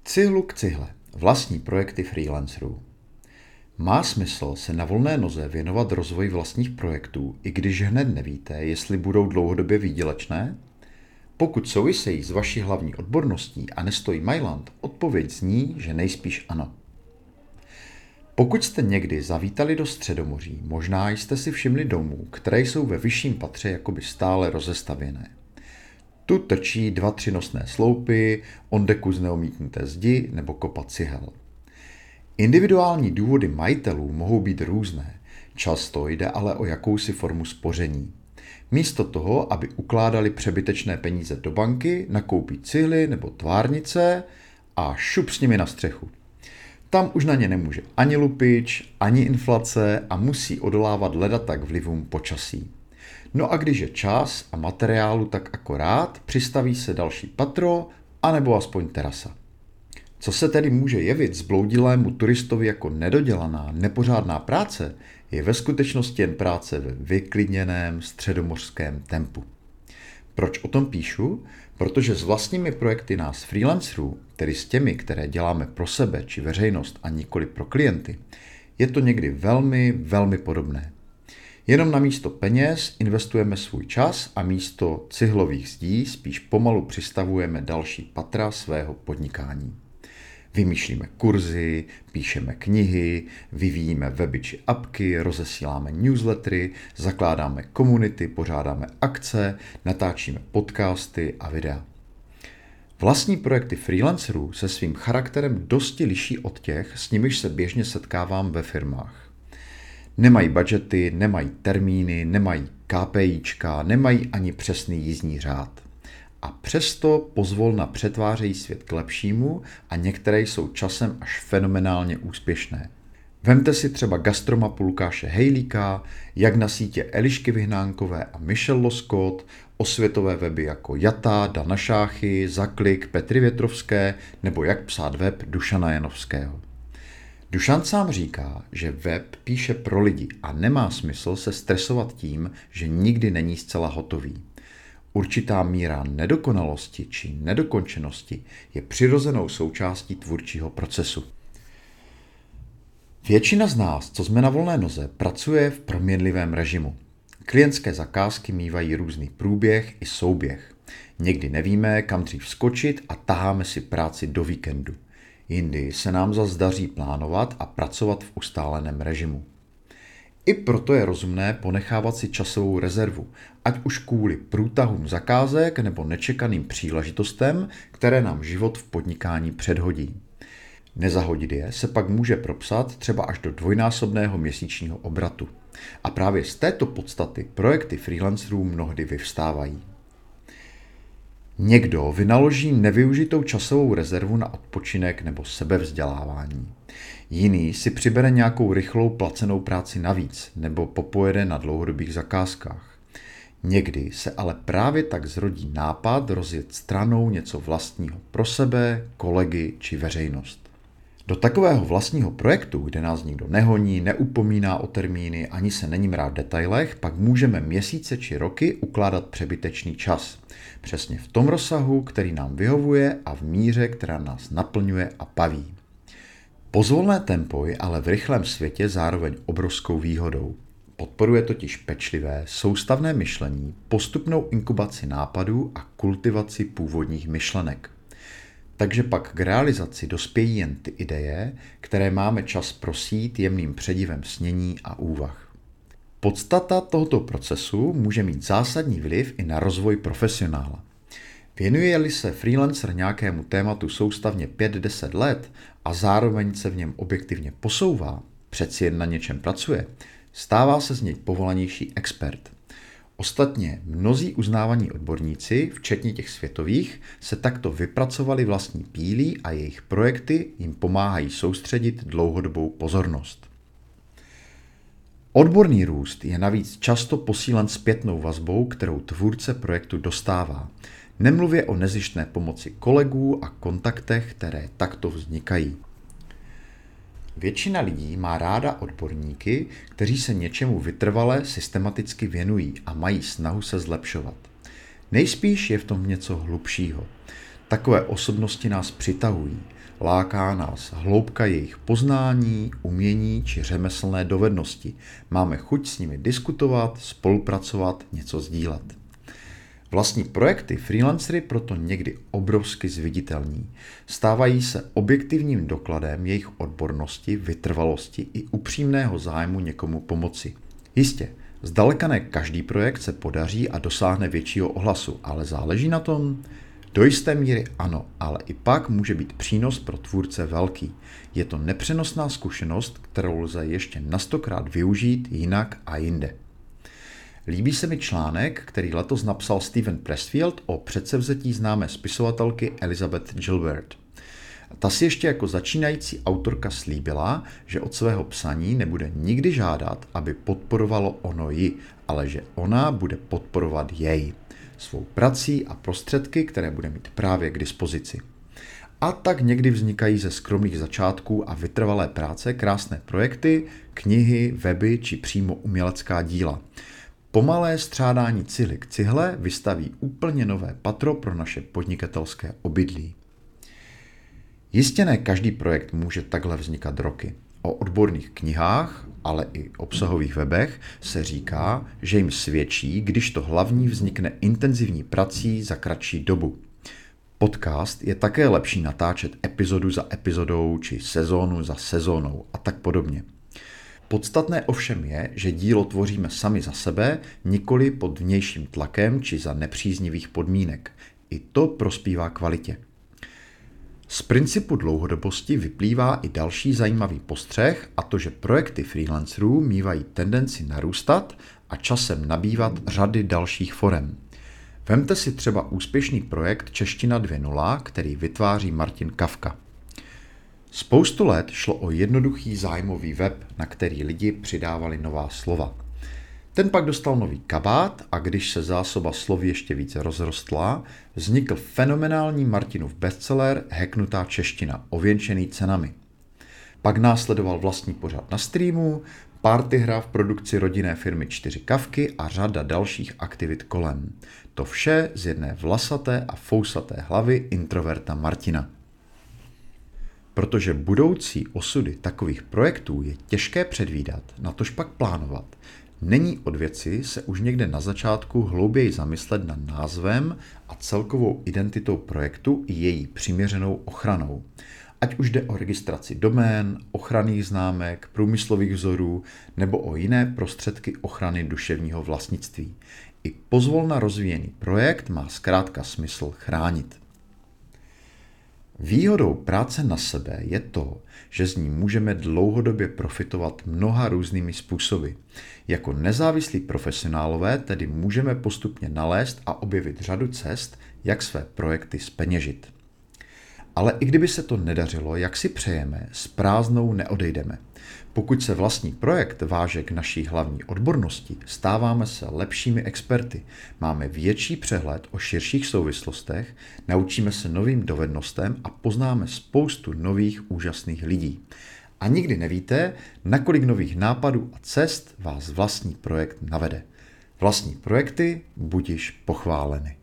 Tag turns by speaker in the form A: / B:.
A: Cihlu k cihle. Vlastní projekty freelancerů. Má smysl se na volné noze věnovat rozvoji vlastních projektů, i když hned nevíte, jestli budou dlouhodobě výdělečné? Pokud souvisejí s vaší hlavní odborností a nestojí Mailand, odpověď zní, že nejspíš ano. Pokud jste někdy zavítali do Středomoří, možná jste si všimli domů, které jsou ve vyšším patře jakoby stále rozestavěné. Tu trčí 2-3 nosné sloupy, ondeku z neomítnuté zdi nebo kopa cihel. Individuální důvody majitelů mohou být různé, často jde ale o jakousi formu spoření. Místo toho, aby ukládali přebytečné peníze do banky, nakoupí cihly nebo tvárnice a šup s nimi na střechu. Tam už na ně nemůže ani lupič, ani inflace a musí odolávat ledatak vlivům počasí. No a když je čas a materiálu tak akorát, přistaví se další patro, anebo aspoň terasa. Co se tedy může jevit zbloudilému turistovi jako nedodělaná, nepořádná práce, je ve skutečnosti jen práce ve vyklidněném středomořském tempu. Proč o tom píšu? Protože s vlastními projekty nás freelancerů, tedy s těmi, které děláme pro sebe či veřejnost a nikoli pro klienty, je to někdy velmi podobné. Jenom na místo peněz investujeme svůj čas a místo cihlových zdí spíš pomalu přistavujeme další patra svého podnikání. Vymýšlíme kurzy, píšeme knihy, vyvíjíme weby či apky, rozesíláme newslettery, zakládáme komunity, pořádáme akce, natáčíme podcasty a videa. Vlastní projekty freelancerů se svým charakterem dosti liší od těch, s nimiž se běžně setkávám ve firmách. Nemají budžety, nemají termíny, nemají KPIčka, nemají ani přesný jízdní řád. A přesto pozvolna přetvářejí svět k lepšímu a některé jsou časem až fenomenálně úspěšné. Vemte si třeba gastromapu Lukáše Hejlíka, jak na sítě Elišky Vyhnánkové a Michelle Loskot, osvětové weby jako Jata, Dana Šáchy, Zaklik, Petry Větrovské nebo Jak psát web Dušana Janovského. Dušan sám říká, že web píše pro lidi a nemá smysl se stresovat tím, že nikdy není zcela hotový. Určitá míra nedokonalosti či nedokončenosti je přirozenou součástí tvůrčího procesu. Většina z nás, co jsme na volné noze, pracuje v proměnlivém režimu. Klientské zakázky mívají různý průběh i souběh. Někdy nevíme, kam dřív skočit a taháme si práci do víkendu. Jindy se nám zas daří plánovat a pracovat v ustáleném režimu. I proto je rozumné ponechávat si časovou rezervu, ať už kvůli průtahům zakázek nebo nečekaným příležitostem, které nám život v podnikání předhodí. Nezahodit je se pak může propsat třeba až do dvojnásobného měsíčního obratu. A právě z této podstaty projekty freelancerů mnohdy vyvstávají. Někdo vynaloží nevyužitou časovou rezervu na odpočinek nebo sebevzdělávání. Jiný si přibere nějakou rychlou placenou práci navíc nebo popojede na dlouhodobých zakázkách. Někdy se ale právě tak zrodí nápad rozjet stranou něco vlastního pro sebe, kolegy či veřejnost. Do takového vlastního projektu, kde nás nikdo nehoní, neupomíná o termíny, ani se není mrát v detailech, pak můžeme měsíce či roky ukládat přebytečný čas. Přesně v tom rozsahu, který nám vyhovuje a v míře, která nás naplňuje a baví. Pozvolné tempo je ale v rychlém světě zároveň obrovskou výhodou. Podporuje totiž pečlivé, soustavné myšlení, postupnou inkubaci nápadů a kultivaci původních myšlenek. Takže pak k realizaci dospějí jen ty ideje, které máme čas prosít jemným předivem snění a úvah. Podstata tohoto procesu může mít zásadní vliv i na rozvoj profesionála. Věnuje-li se freelancer nějakému tématu soustavně 5-10 let a zároveň se v něm objektivně posouvá, přeci jen na něčem pracuje, stává se z něj povolanější expert. Ostatně mnozí uznávaní odborníci, včetně těch světových, se takto vypracovali vlastní pílí a jejich projekty jim pomáhají soustředit dlouhodobou pozornost. Odborný růst je navíc často posílen zpětnou vazbou, kterou tvůrce projektu dostává. Nemluvě o nezištné pomoci kolegů a kontaktech, které takto vznikají. Většina lidí má ráda odborníky, kteří se něčemu vytrvale systematicky věnují a mají snahu se zlepšovat. Nejspíš je v tom něco hlubšího. Takové osobnosti nás přitahují, láká nás hloubka jejich poznání, umění či řemeslné dovednosti. Máme chuť s nimi diskutovat, spolupracovat, něco sdílet. Vlastní projekty freelancery proto někdy obrovsky zviditelní. Stávají se objektivním dokladem jejich odbornosti, vytrvalosti i upřímného zájmu někomu pomoci. Jistě, zdaleka ne každý projekt se podaří a dosáhne většího ohlasu, ale záleží na tom? Do jisté míry ano, ale i pak může být přínos pro tvůrce velký. Je to nepřenosná zkušenost, kterou lze ještě na 100krát využít jinak a jinde. Líbí se mi článek, který letos napsal Steven Pressfield o předsevzetí známé spisovatelky Elizabeth Gilbert. Ta si ještě jako začínající autorka slíbila, že od svého psaní nebude nikdy žádat, aby podporovalo ono ji, ale že ona bude podporovat jej, svou prací a prostředky, které bude mít právě k dispozici. A tak někdy vznikají ze skromných začátků a vytrvalé práce krásné projekty, knihy, weby či přímo umělecká díla. Pomalé střádání cihly k cihle vystaví úplně nové patro pro naše podnikatelské obydlí. Jistě ne každý projekt může takhle vznikat roky. O odborných knihách, ale i obsahových webech se říká, že jim svědčí, když to hlavní vznikne intenzivní prací za kratší dobu. Podcast je také lepší natáčet epizodu za epizodou či sezónu za sezónou a tak podobně. Podstatné ovšem je, že dílo tvoříme sami za sebe, nikoli pod vnějším tlakem či za nepříznivých podmínek. I to prospívá kvalitě. Z principu dlouhodobosti vyplývá i další zajímavý postřeh, a to, že projekty freelancerů mívají tendenci narůstat a časem nabývat řady dalších forem. Vemte si třeba úspěšný projekt Čeština 2.0, který vytváří Martin Kafka. Spoustu let šlo o jednoduchý zájmový web, na který lidi přidávali nová slova. Ten pak dostal nový kabát a když se zásoba slov ještě více rozrostla, vznikl fenomenální Martinův bestseller Hacknutá čeština, ověnčený cenami. Pak následoval vlastní pořad na streamu, party hra v produkci rodinné firmy 4 Kafky a řada dalších aktivit kolem. To vše z jedné vlasaté a fousaté hlavy introverta Martina. Protože budoucí osudy takových projektů je těžké předvídat, natož pak plánovat, není od věci se už někde na začátku hlouběji zamyslet nad názvem a celkovou identitou projektu i její přiměřenou ochranou. Ať už jde o registraci domén, ochranných známek, průmyslových vzorů nebo o jiné prostředky ochrany duševního vlastnictví. I pozvolna rozvíjený projekt má zkrátka smysl chránit. Výhodou práce na sebe je to, že z ní můžeme dlouhodobě profitovat mnoha různými způsoby. Jako nezávislí profesionálové tedy můžeme postupně nalézt a objevit řadu cest, jak své projekty zpeněžit. Ale i kdyby se to nedařilo, jak si přejeme, s prázdnou neodejdeme. Pokud se vlastní projekt váže k naší hlavní odbornosti, stáváme se lepšími experty, máme větší přehled o širších souvislostech, naučíme se novým dovednostem a poznáme spoustu nových úžasných lidí. A nikdy nevíte, na kolik nových nápadů a cest vás vlastní projekt navede. Vlastní projekty budiž pochváleny.